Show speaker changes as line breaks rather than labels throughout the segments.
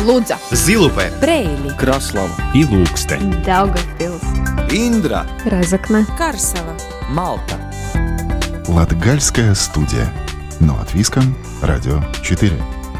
Лудза,
Зилупе,
Брейли,
Краслава
и Лукстен,
Даугавпилс,
Индра,
Разокна,
Карсела,
Малта.
Латгальская студия. Но от Виском, Радио 4.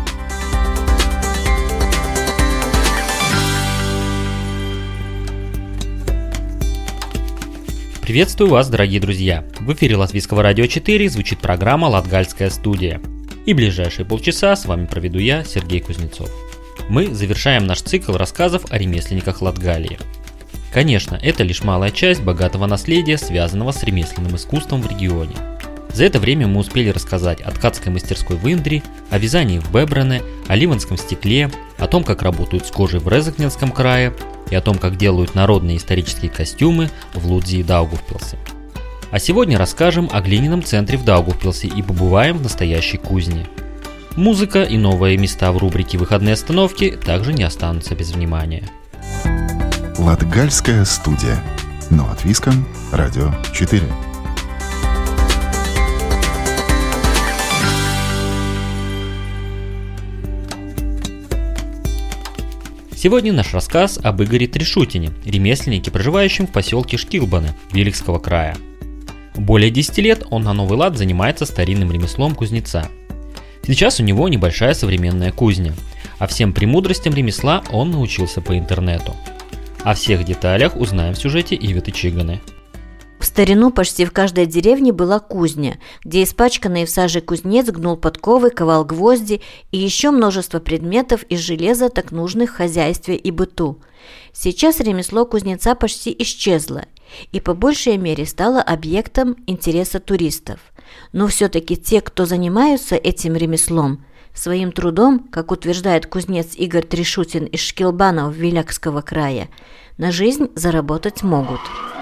Приветствую вас, дорогие друзья! В эфире Латвийского радио 4 звучит программа «Латгальская студия». И ближайшие полчаса с вами проведу я, Сергей Кузнецов. Мы завершаем наш цикл рассказов о ремесленниках Латгалии. Конечно, это лишь малая часть богатого наследия, связанного с ремесленным искусством в регионе. За это время мы успели рассказать о ткацкой мастерской в Индре, о вязании в Бебрене, о ливанском стекле, о том, как работают с кожей в Резекненском крае и о том, как делают народные исторические костюмы в Лудзе и Даугавпилсе. А сегодня расскажем о глиняном центре в Даугавпилсе и побываем в настоящей кузне. Музыка и новые места в рубрике «Выходные остановки» также не останутся без внимания.
Латгальская студия. Но от Виском, Радио 4.
Сегодня наш рассказ об Игоре Тришутине, ремесленнике, проживающем в поселке Шкилбаны Виликского края. Более 10 лет он на новый лад занимается старинным ремеслом кузнеца. Сейчас у него небольшая современная кузня, а всем премудростям ремесла он научился по интернету. О всех деталях узнаем в сюжете Иветы Чиганы.
В старину почти в каждой деревне была кузня, где испачканный в саже кузнец гнул подковы, ковал гвозди и еще множество предметов из железа, так нужных в хозяйстве и быту. Сейчас ремесло кузнеца почти исчезло и по большей мере стало объектом интереса туристов. Но все-таки те, кто занимаются этим ремеслом, своим трудом, как утверждает кузнец Игорь Тришутин из Шкилбанов Вилякского края, на жизнь заработать могут.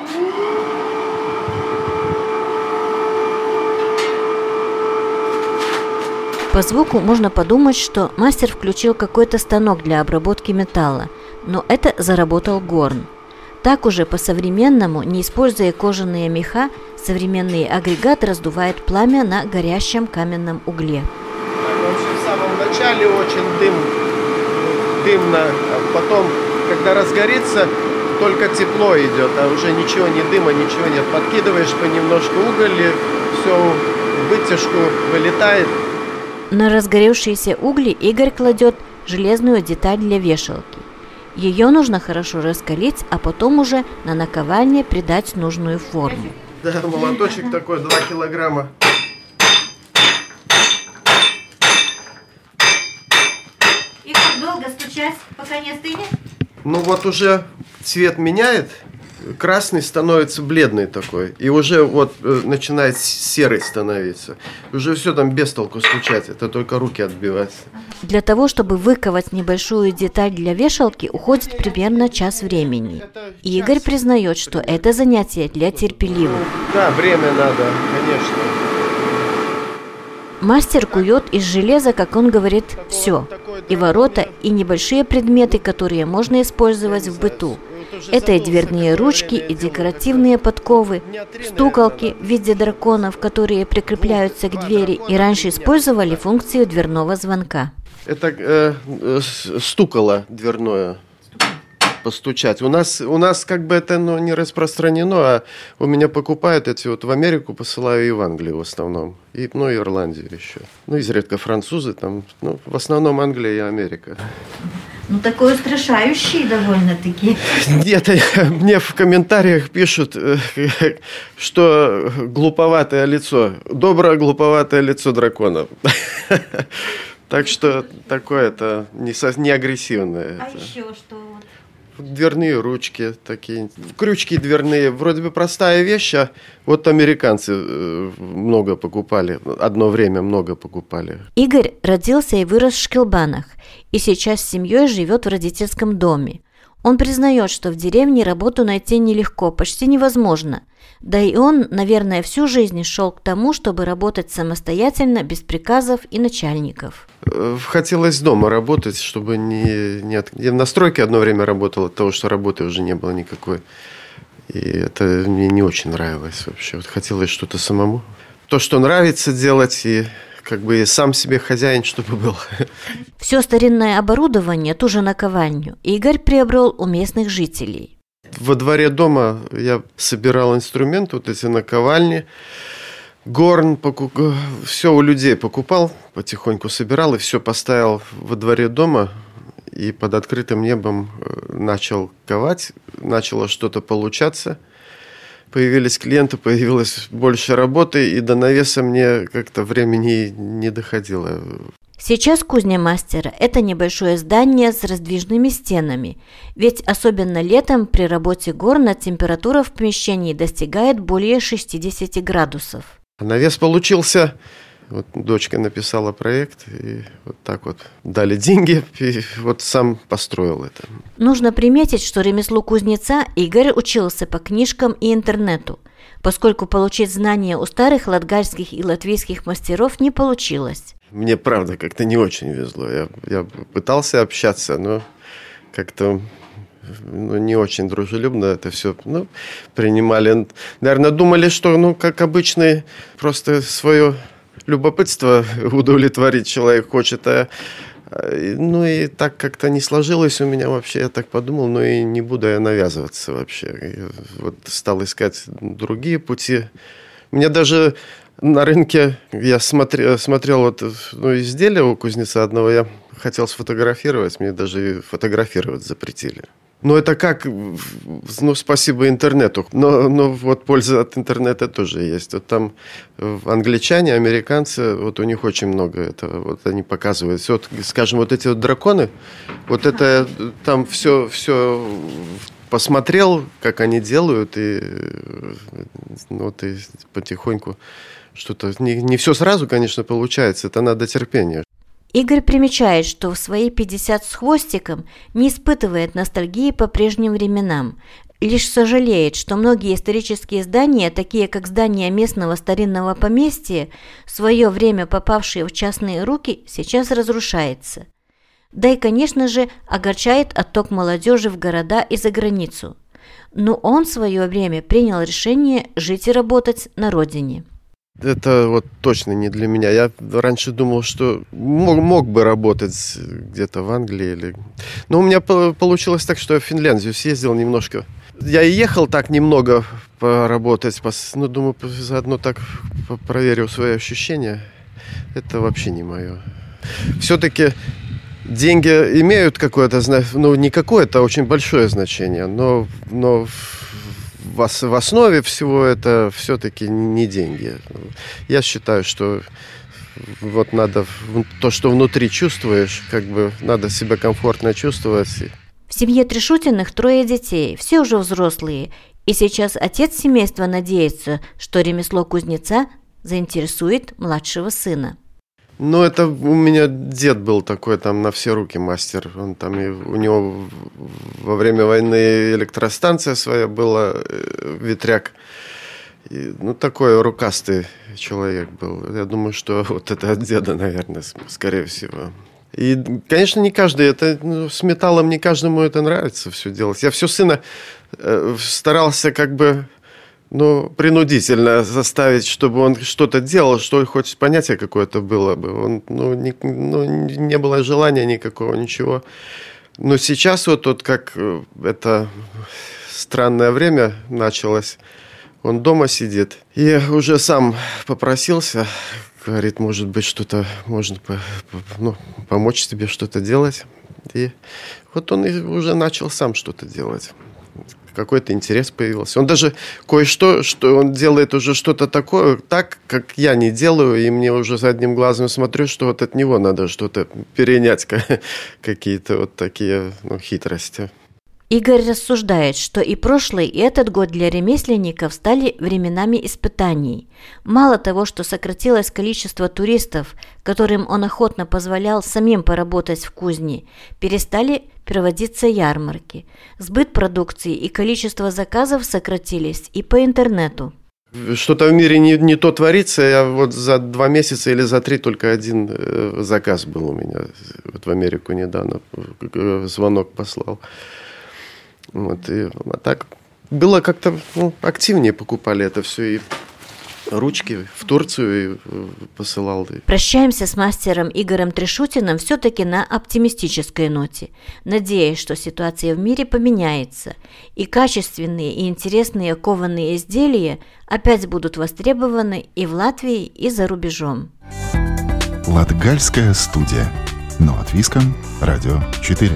По звуку можно подумать, что мастер включил какой-то станок для обработки металла, но это заработал горн. Так уже по-современному, не используя кожаные меха, современный агрегат раздувает пламя на горящем каменном угле.
В самом начале очень дымно, а потом, когда разгорится, только тепло идет, а уже ничего, ни дыма, ничего нет. Подкидываешь понемножку уголь, и все в вытяжку вылетает.
На разгоревшиеся угли Игорь кладет железную деталь для вешалки. Ее нужно хорошо раскалить, а потом уже на наковальне придать нужную форму.
Да, молоточек такой, 2 килограмма.
И как долго стучать, пока не остынет?
Ну вот уже цвет меняет, красный становится бледный такой, и уже вот начинает серый становиться. Уже все там без толку стучать, это только руки отбивать.
Для того, чтобы выковать небольшую деталь для вешалки, уходит примерно час времени. И Игорь признает, что это занятие для терпеливых.
Да, время надо, конечно.
Мастер кует из железа, как он говорит, все. И ворота, и небольшие предметы, которые можно использовать в быту. Это и дверные ручки, и декоративные подковы, стуколки в виде драконов, которые прикрепляются к двери и раньше использовали функцию дверного звонка.
Это стуколо дверное, постучать. У нас как бы это не распространено, а у меня покупают эти вот в Америку, посылаю и в Англию в основном. И Ирландию еще. Изредка французы там, в основном Англия и Америка.
Такой устрашающий довольно-таки.
Нет, мне в комментариях пишут, что глуповатое лицо, доброе глуповатое лицо дракона. Так что такое это не агрессивное.
А еще что?
Дверные ручки такие, крючки дверные, вроде бы простая вещь, а вот американцы много покупали, одно время много покупали.
Игорь родился и вырос в Шкилбанах, и сейчас с семьей живет в родительском доме. Он признает, что в деревне работу найти нелегко, почти невозможно. Да и он, наверное, всю жизнь шел к тому, чтобы работать самостоятельно, без приказов и начальников.
Хотелось дома работать, чтобы Я на стройке одно время работал, от того, что работы уже не было никакой. И это мне не очень нравилось вообще. Хотелось что-то самому. То, что нравится делать, и как бы и сам себе хозяин, чтобы был.
Все старинное оборудование, ту же наковальню, Игорь приобрел у местных жителей.
Во дворе дома я собирал инструменты, вот эти наковальни, горн, все у людей покупал, потихоньку собирал и все поставил во дворе дома. И под открытым небом начал ковать, начало что-то получаться. Появились клиенты, появилось больше работы, и до навеса мне как-то времени не доходило.
Сейчас кузня мастера – это небольшое здание с раздвижными стенами, ведь особенно летом при работе горна температура в помещении достигает более 60 градусов.
Навес получился. Вот дочка написала проект, и вот так вот дали деньги, и вот сам построил это.
Нужно приметить, что ремеслу кузнеца Игорь учился по книжкам и интернету, поскольку получить знания у старых латгальских и латвийских мастеров не получилось.
Мне, правда, как-то не очень везло. Я пытался общаться, но как-то не очень дружелюбно это все принимали. Наверное, думали, что, как обычный, просто свое любопытство удовлетворить человек хочет, и так как-то не сложилось у меня вообще, я так подумал, и не буду я навязываться вообще. Я вот стал искать другие пути. Мне даже на рынке, я смотрел изделия у кузнеца одного, я хотел сфотографировать, мне даже и фотографировать запретили. Это как, спасибо интернету, но вот польза от интернета тоже есть. Вот там англичане, американцы, вот у них очень много этого, вот они показывают. Вот, скажем, вот эти вот драконы, вот это там все посмотрел, как они делают, и потихоньку что-то, не все сразу, конечно, получается, это надо терпения.
Игорь примечает, что в свои 50 с хвостиком не испытывает ностальгии по прежним временам, лишь сожалеет, что многие исторические здания, такие как здание местного старинного поместья, в свое время попавшие в частные руки, сейчас разрушается. Да и, конечно же, огорчает отток молодежи в города и за границу. Но он в свое время принял решение жить и работать на родине.
Это вот точно не для меня. Я раньше думал, что мог бы работать где-то в Англии. Но у меня получилось так, что я в Финляндию съездил немножко. Я и ехал так немного поработать. Думаю, заодно так проверил свои ощущения. Это вообще не мое. Все-таки деньги имеют какое-то, не какое-то, а очень большое значение. Но в основе всего это все-таки не деньги. Я считаю, что вот надо то, что внутри чувствуешь, надо себя комфортно чувствовать.
В семье Трешутиных 3 детей, все уже взрослые, и сейчас отец семейства надеется, что ремесло кузнеца заинтересует младшего сына.
Это у меня дед был такой, там на все руки мастер. Он там, у него во время войны электростанция своя была, ветряк. Такой рукастый человек был. Я думаю, что вот это от деда, наверное, скорее всего. И, конечно, не каждый, с металлом не каждому это нравится все делать. Я все сына старался принудительно заставить, чтобы он что-то делал, что хоть понятие какое-то было бы. Он, не было желания никакого, ничего. Но сейчас вот как это странное время началось, он дома сидит и уже сам попросился, говорит, может быть, что-то можно помочь тебе что-то делать. И вот он уже начал сам что-то делать. Какой-то интерес появился. Он даже кое-что, что он делает уже что-то такое, так, как я не делаю, и мне уже задним глазом смотрю, что вот от него надо что-то перенять, какие-то вот такие хитрости.
Игорь рассуждает, что и прошлый, и этот год для ремесленников стали временами испытаний. Мало того, что сократилось количество туристов, которым он охотно позволял самим поработать в кузне, перестали проводиться ярмарки. Сбыт продукции и количество заказов сократились и по интернету.
Что-то в мире не то творится. Я вот за 2 месяца или за 3 только один заказ был у меня. Вот в Америку недавно звонок послал. А так было как-то активнее покупали это все. И ручки в Турцию и посылал.
Прощаемся с мастером Игорем Трешутиным все-таки на оптимистической ноте, надеясь, что ситуация в мире поменяется, и качественные и интересные кованые изделия опять будут востребованы и в Латвии, и за рубежом.
Латгальская студия. Но от Виском, Радио 4.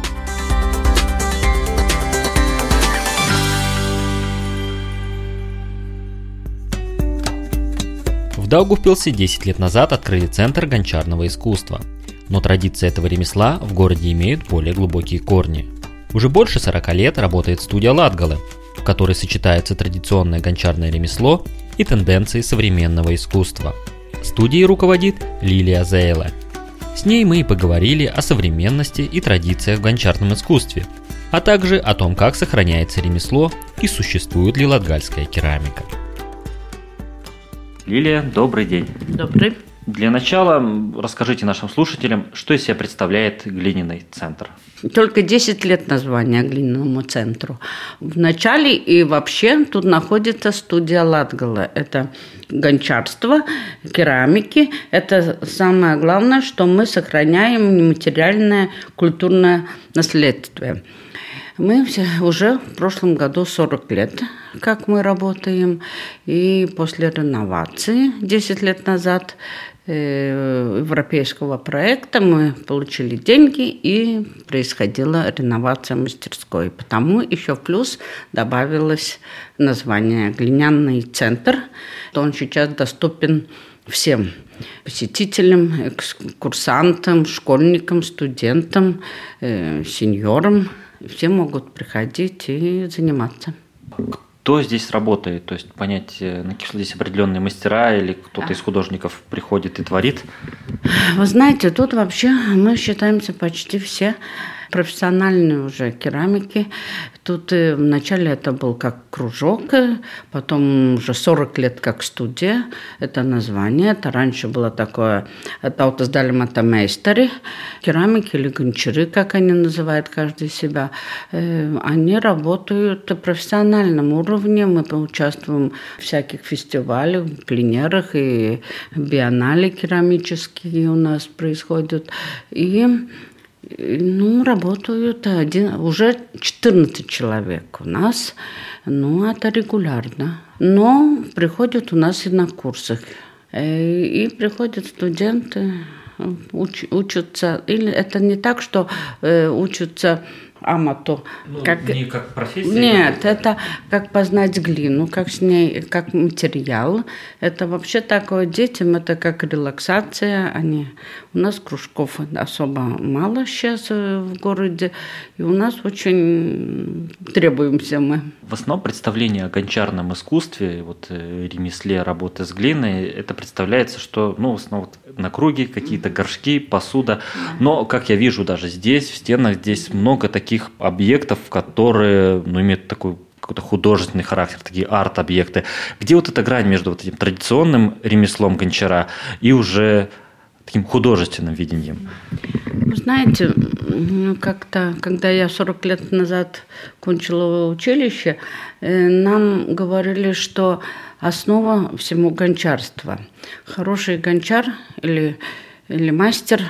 В Даугавпилсе 10 лет назад открыли Центр гончарного искусства. Но традиции этого ремесла в городе имеют более глубокие корни. Уже больше 40 лет работает студия Латгалы, в которой сочетается традиционное гончарное ремесло и тенденции современного искусства. Студией руководит Лилия Зейле. С ней мы и поговорили о современности и традициях в гончарном искусстве, а также о том, как сохраняется ремесло и существует ли латгальская керамика. Лилия, добрый день.
Добрый.
Для начала расскажите нашим слушателям, что из себя представляет глиняный центр.
Только 10 лет названия глиняному центру. В начале и вообще тут находится студия Латгала. Это гончарство, керамики. Это самое главное, что мы сохраняем нематериальное культурное наследие. Мы уже в прошлом году 40 лет, как мы работаем. И после реновации 10 лет назад европейского проекта мы получили деньги, и происходила реновация мастерской. Потому еще в плюс добавилось название «Глиняный центр». Он сейчас доступен всем посетителям, курсантам, школьникам, студентам, сеньорам. Все могут приходить и заниматься.
Кто здесь работает? То есть понять, что здесь определенные мастера или кто-то из художников приходит и творит?
Вы знаете, тут вообще мы считаемся почти все профессиональные уже керамики. Тут вначале это был как кружок, потом уже 40 лет как студия. Это название. Это раньше было такое таутасдалиматамейстери. Керамики или гончары, как они называют каждый себя. Они работают на профессиональном уровне. Мы поучаствуем в всяких фестивалях, пленерах и биеннале керамические у нас происходят. И работают уже 14 человек у нас, это регулярно. Но приходят у нас и на курсах. И приходят студенты, учатся. Или это не так, что учатся амату.
Не как профессия?
Нет, это как познать глину, как с ней, как материал. Это вообще такое детям, это как релаксация. У нас кружков особо мало сейчас в городе, и у нас очень требуемся мы.
В основном представление о гончарном искусстве, ремесле работы с глиной, это представляется, что в основном на круге какие-то горшки, посуда. Но, как я вижу, даже здесь, в стенах, здесь много таких объектов, которые имеют такой какой-то художественный характер, такие арт-объекты. Где эта грань между этим традиционным ремеслом гончара и уже таким художественным видением?
Вы знаете, как-то, когда я 40 лет назад кончила училище, нам говорили, что основа всему гончарства. Хороший гончар или мастер,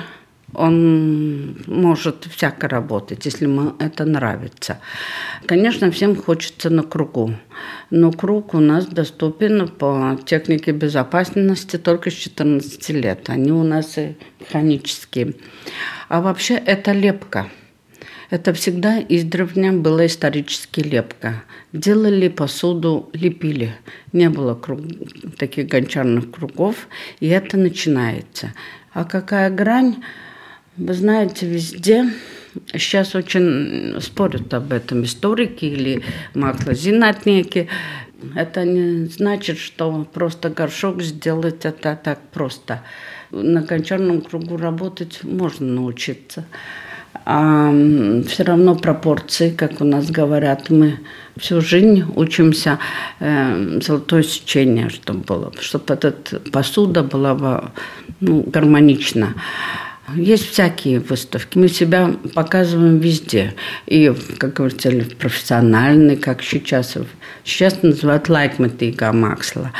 он может всяко работать, если ему это нравится. Конечно, всем хочется на кругу. Но круг у нас доступен по технике безопасности только с 14 лет. Они у нас механические. А вообще это лепка. Это всегда издревле была исторически лепка. Делали посуду, лепили. Не было таких гончарных кругов, и это начинается. А какая грань? Вы знаете, везде сейчас очень спорят об этом историки или маклозинатники. Это не значит, что просто горшок сделать это так просто. На гончарном кругу работать можно научиться. А все равно пропорции, как у нас говорят, мы всю жизнь учимся золотое сечение, чтобы было, чтобы эта посуда была гармонична. Есть всякие выставки, мы себя показываем везде. И, как говорится, профессиональные, как сейчас называют лайкметīgā māksla.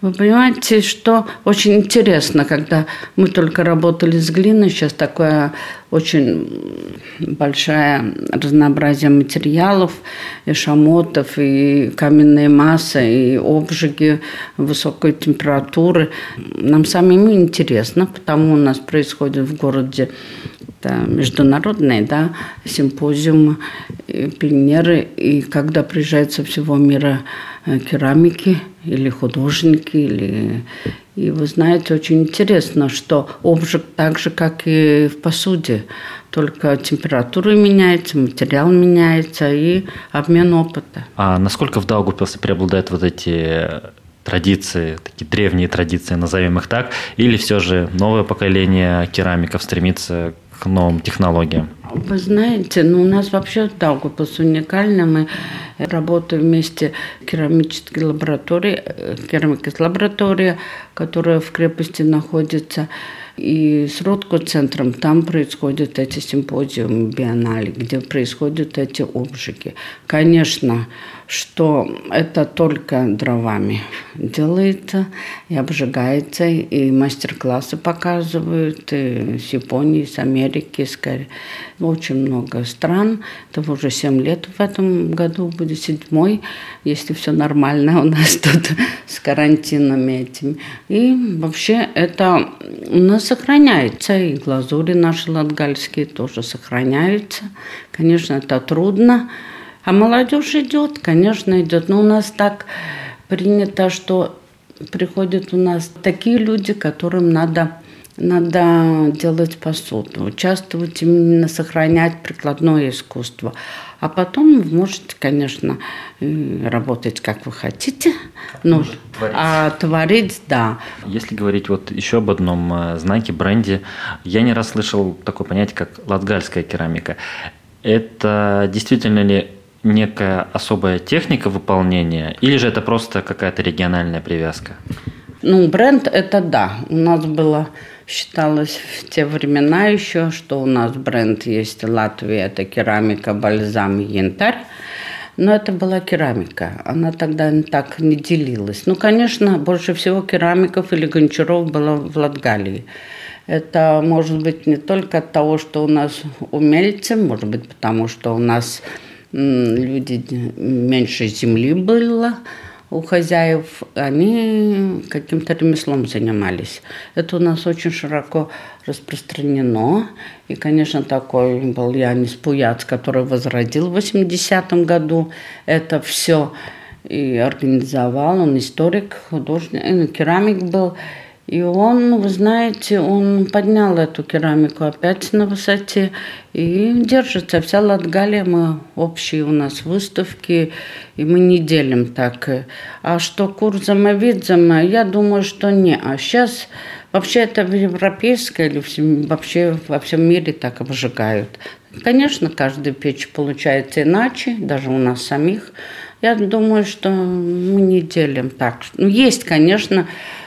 Вы понимаете, что очень интересно, когда мы только работали с глиной, сейчас такое очень большое разнообразие материалов, и шамотов, и каменные массы, и обжиги высокой температуры. Нам самим интересно, потому у нас происходит в городе международные симпозиумы, пленеры, и когда приезжают со всего мира керамики или художники, и вы знаете, очень интересно, что обжиг так же, как и в посуде, только температура меняется, материал меняется и обмен опыта.
А насколько в Даугавпилсе преобладают вот эти традиции, такие древние традиции, назовем их так, или все же новое поколение керамиков стремится к новым технологиям?
Вы знаете, у нас вообще Даугавпилс уникально. Мы работаем вместе в керамической лаборатории, керамикс-лаборатория, которая в крепости находится, и с Ротко-центром. Там происходят эти симпозиумы, биеннале, где происходят эти обжиги. Конечно, что это только дровами делается и обжигается, и мастер-классы показывают и с Японии, с Америки, с Кореи. Очень много стран. Это уже 7 лет в этом году будет, 7-й, если все нормально у нас тут с карантинами этими. И вообще это у нас сохраняется, и глазури наши латгальские тоже сохраняются. Конечно, это трудно. А молодежь идет, конечно, идет. Но у нас так принято, что приходят у нас такие люди, которым надо делать посуду, участвовать, именно сохранять прикладное искусство. А потом вы можете, конечно, работать как вы хотите, но творить, да.
Если говорить вот еще об одном знаке, бренде, я не раз слышал такое понятие, как латгальская керамика. Это действительно ли некая особая техника выполнения, или же это просто какая-то региональная привязка?
Бренд это да. У нас считалось в те времена еще, что у нас бренд есть Латвия, это керамика, бальзам, янтарь. Но это была керамика. Она тогда так не делилась. Конечно, больше всего керамиков или гончаров было в Латгалии. Это может быть не только от того, что у нас умельцы, может быть, потому что у нас люди меньше земли было у хозяев, они каким-то ремеслом занимались. Это у нас очень широко распространено. И, конечно, такой был Янис Пуяц, который возродил в 80-м году это все и организовал. Он историк, художник, керамик был. И он, вы знаете, он поднял эту керамику опять на высоте и держится. Вся Латгалия, мы общие у нас выставки, и мы не делим так. А что курсом и видом, я думаю, что не. А сейчас вообще это в европейской или вообще во всем мире так обжигают. Конечно, каждая печь получается иначе, даже у нас самих. Я думаю, что мы не делим так. Есть, конечно,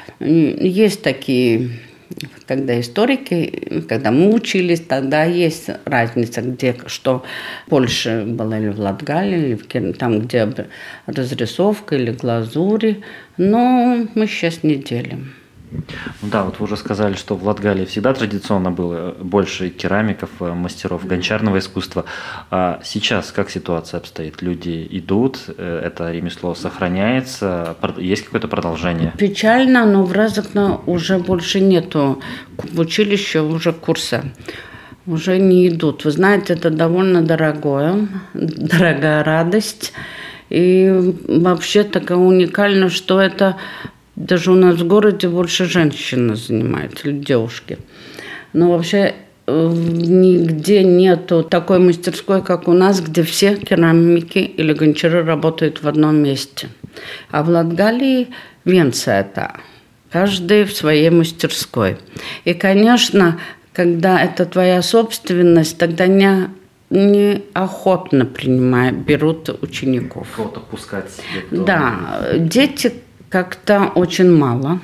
есть такие, когда историки, когда мы учились, тогда есть разница, где что больше было или в Латгалии, или там, где разрисовка или глазури, но мы сейчас не делим.
Да, вот вы уже сказали, что в Латгалии всегда традиционно было больше керамиков, мастеров гончарного искусства. А сейчас как ситуация обстоит? Люди идут, это ремесло сохраняется, есть какое-то продолжение?
Печально, но в Разокно уже больше нету. В училище уже курса уже не идут. Вы знаете, это довольно дорогая радость. И вообще такая уникально, что это даже у нас в городе больше женщины занимаются, или девушки. Но вообще нигде нету такой мастерской, как у нас, где все керамики или гончары работают в одном месте. А в Латгалии венца это. Каждый в своей мастерской. И, конечно, когда это твоя собственность, тогда неохотно берут учеников.
Кого-то пускать себе.
Да, дети как-то очень мало.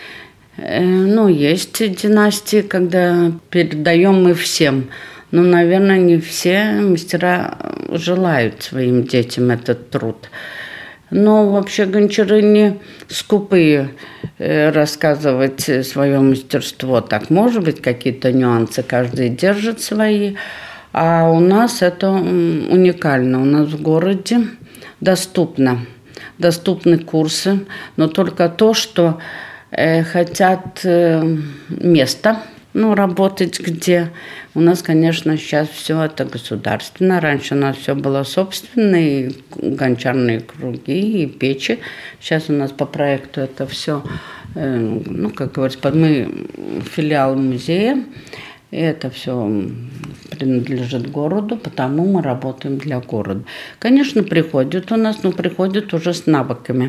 Есть династии, когда передаем мы всем. Но, наверное, не все мастера желают своим детям этот труд. Но вообще гончары не скупые рассказывать свое мастерство. Так, может быть, какие-то нюансы каждый держит свои. А у нас это уникально. У нас в городе доступны курсы, но только то, что хотят место, работать где. У нас, конечно, сейчас все это государственно. Раньше у нас все было собственное, и гончарные круги, и печи. Сейчас у нас по проекту это все, как говорится, мы филиал музея. И это все принадлежит городу, потому мы работаем для города. Конечно, приходят у нас, но приходят уже с навыками,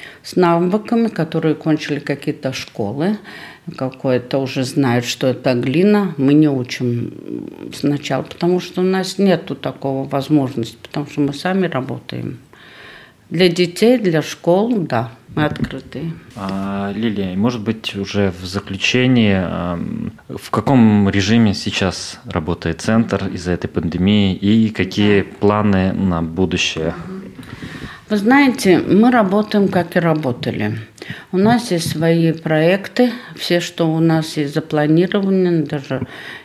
которые кончили какие-то школы, какое-то уже знают, что это глина. Мы не учим сначала, потому что у нас нету такого возможности, потому что мы сами работаем. Для детей, для школ, да, мы открыты.
Лилия, может быть, уже в заключении, в каком режиме сейчас работает центр из-за этой пандемии и какие планы на будущее?
Вы знаете, мы работаем, как и работали. У нас есть свои проекты, все, что у нас есть запланировано, даже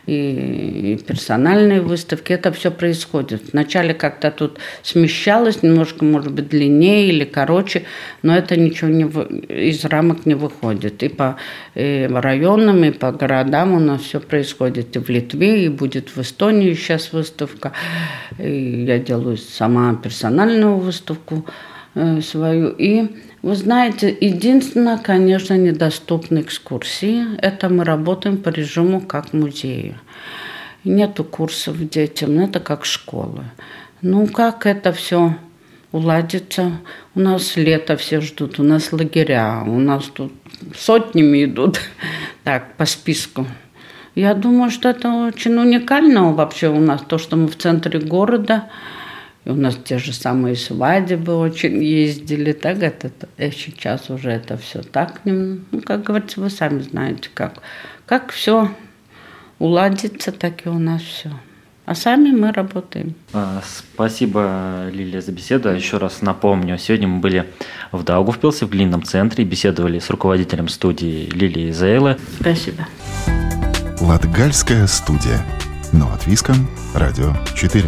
и персональные выставки, это все происходит. Вначале как-то тут смещалось, немножко, может быть, длиннее или короче, но это ничего из рамок не выходит. И по районам, и по городам у нас все происходит. И в Литве, и будет в Эстонии сейчас выставка. И я делаю сама персональную выставку свою. И вы знаете, единственное, конечно, недоступны экскурсии. Это мы работаем по режиму как музею. Нету курсов детям, это как школа. Как это все уладится? У нас лето все ждут, у нас лагеря, у нас тут сотнями идут, так, по списку. Я думаю, что это очень уникально вообще у нас, то, что мы в центре города. И у нас те же самые свадьбы очень ездили, так сейчас уже это все так, как говорится, вы сами знаете, как все уладится, так и у нас все. А сами мы работаем.
Спасибо, Лилия, за беседу. Еще раз напомню, сегодня мы были в Даугавпилсе, в глинном центре, беседовали с руководителем студии Лилией Зейле.
Спасибо.
Латгальская студия. Но от Виском, Радио 4.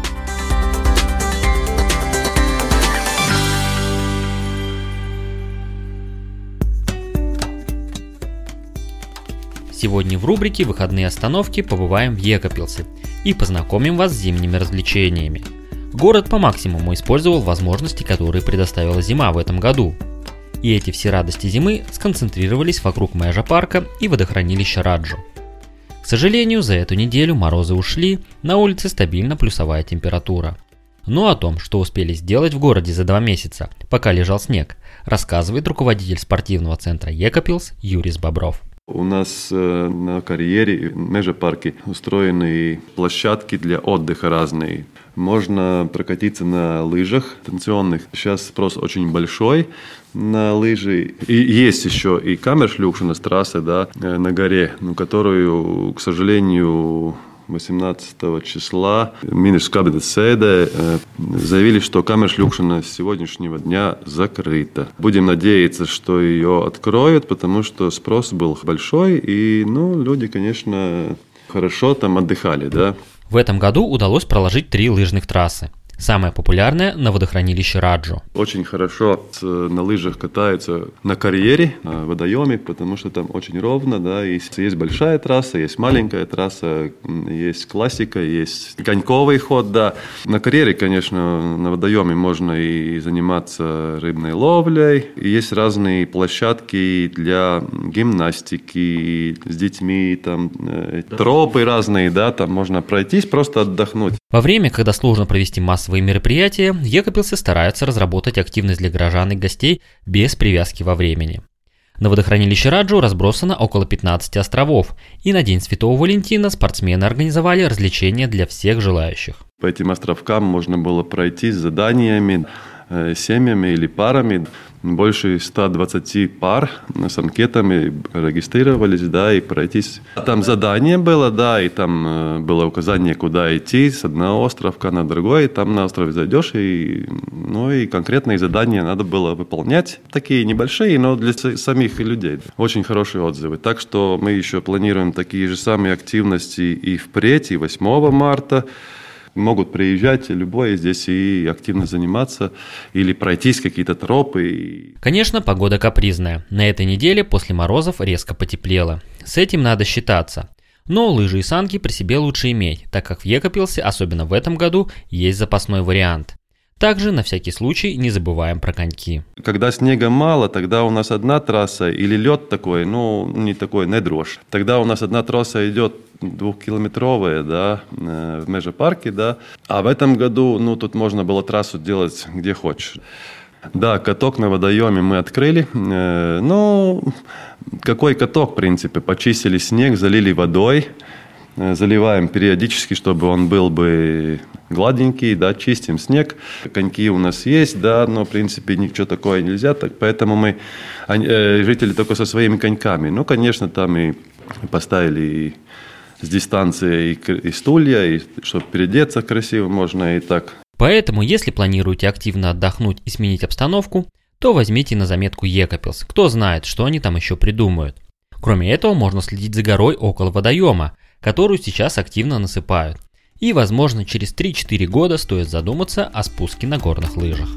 Сегодня в рубрике «Выходные остановки» побываем в Екапилсе и познакомим вас с зимними развлечениями. Город по максимуму использовал возможности, которые предоставила зима в этом году. И эти все радости зимы сконцентрировались вокруг Межа-парка и водохранилища Раджу. К сожалению, за эту неделю морозы ушли, на улице стабильно плюсовая температура. Но о том, что успели сделать в городе за 2 месяца, пока лежал снег, рассказывает руководитель спортивного центра Екапилс Юрис Бобров.
У нас на карьере в Межа-парке устроены площадки для отдыха разные. Можно прокатиться на лыжах станционных. Сейчас спрос очень большой на лыжи. И есть еще и Камершлюкшенас трасса, на горе, которую, к сожалению, 18 числа министрская кабинет сēdē заявили, что Камершлюкшена с сегодняшнего дня закрыта. Будем надеяться, что ее откроют, потому что спрос был большой, и люди, конечно, хорошо там отдыхали.
В этом году удалось проложить 3 лыжных трассы. Самая популярная на водохранилище Раджу.
Очень хорошо на лыжах катаются на карьере, на водоеме, потому что там очень ровно, есть большая трасса, есть маленькая трасса, есть классика, есть коньковый ход, На карьере, конечно, на водоеме можно и заниматься рыбной ловлей, и есть разные площадки для гимнастики с детьми, там тропы разные, там можно пройтись, просто отдохнуть.
Во время, когда сложно провести массовые мероприятия, Екапилсы стараются разработать активность для горожан и гостей без привязки во времени. На водохранилище Раджу разбросано около 15 островов, и на День Святого Валентина спортсмены организовали развлечения для всех желающих.
По этим островкам можно было пройти с заданиями. семьями или парами. Больше 120 пар с анкетами регистрировались, да, и пройтись. Там задание было, да, и там было указание, куда идти с одного островка на другой. Там на остров зайдешь, и конкретные задания надо было выполнять. Такие небольшие, но для самих людей. Очень хорошие отзывы. Так что мы еще планируем такие же самые активности и впредь, и 8 марта. Могут приезжать любой здесь и активно заниматься или пройтись какие-то тропы.
Конечно, погода капризная. На этой неделе после морозов резко потеплело. С этим надо считаться. Но лыжи и санки при себе лучше иметь, так как в Екапелсе, особенно в этом году, есть запасной вариант. Также, на всякий случай, не забываем про коньки.
Когда снега мало, тогда у нас одна трасса или лед такой, не такой, не дрожь. Тогда у нас одна трасса идет 2-километровая, да, в межапарке, да. А в этом году, тут можно было трассу делать где хочешь. Да, каток на водоеме мы открыли. Какой каток, в принципе? Почистили снег, залили водой. Заливаем периодически, чтобы он был бы гладенький, да, чистим снег. Коньки у нас есть, да, но, в принципе, ничего такое нельзя, поэтому мы, жители только со своими коньками. Конечно, там и поставили с дистанции и стулья, и чтобы переодеться красиво можно и так.
Поэтому, если планируете активно отдохнуть и сменить обстановку, то возьмите на заметку Екапелс. Кто знает, что они там еще придумают. Кроме этого, можно следить за горой около водоема, которую сейчас активно насыпают. И, возможно, через 3-4 года стоит задуматься о спуске на горных лыжах.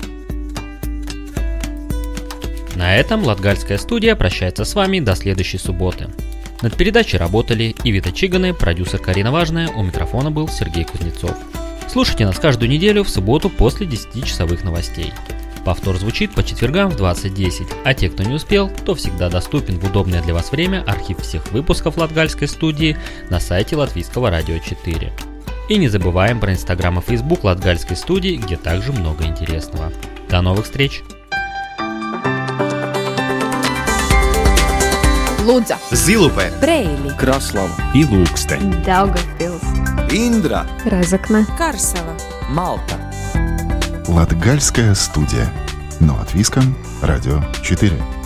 На этом Латгальская студия прощается с вами до следующей субботы. Над передачей работали Ивита Чиганы, продюсер Карина Важная, у микрофона был Сергей Кузнецов. Слушайте нас каждую неделю в субботу после 10-часовых новостей. Повтор звучит по четвергам в 20:10, а те, кто не успел, то всегда доступен в удобное для вас время архив всех выпусков Латгальской студии на сайте Латвийского радио 4. И не забываем про Инстаграм и Фейсбук Латгальской студии, где также много интересного. До новых встреч!
Лудза,
Зилупе,
Брейли,
Краслава,
Илūkste,
Daugavpils,
Индра,
Разокна, Карсела,
Малта.
Латгальская студия. Но от Виска, Радио 4.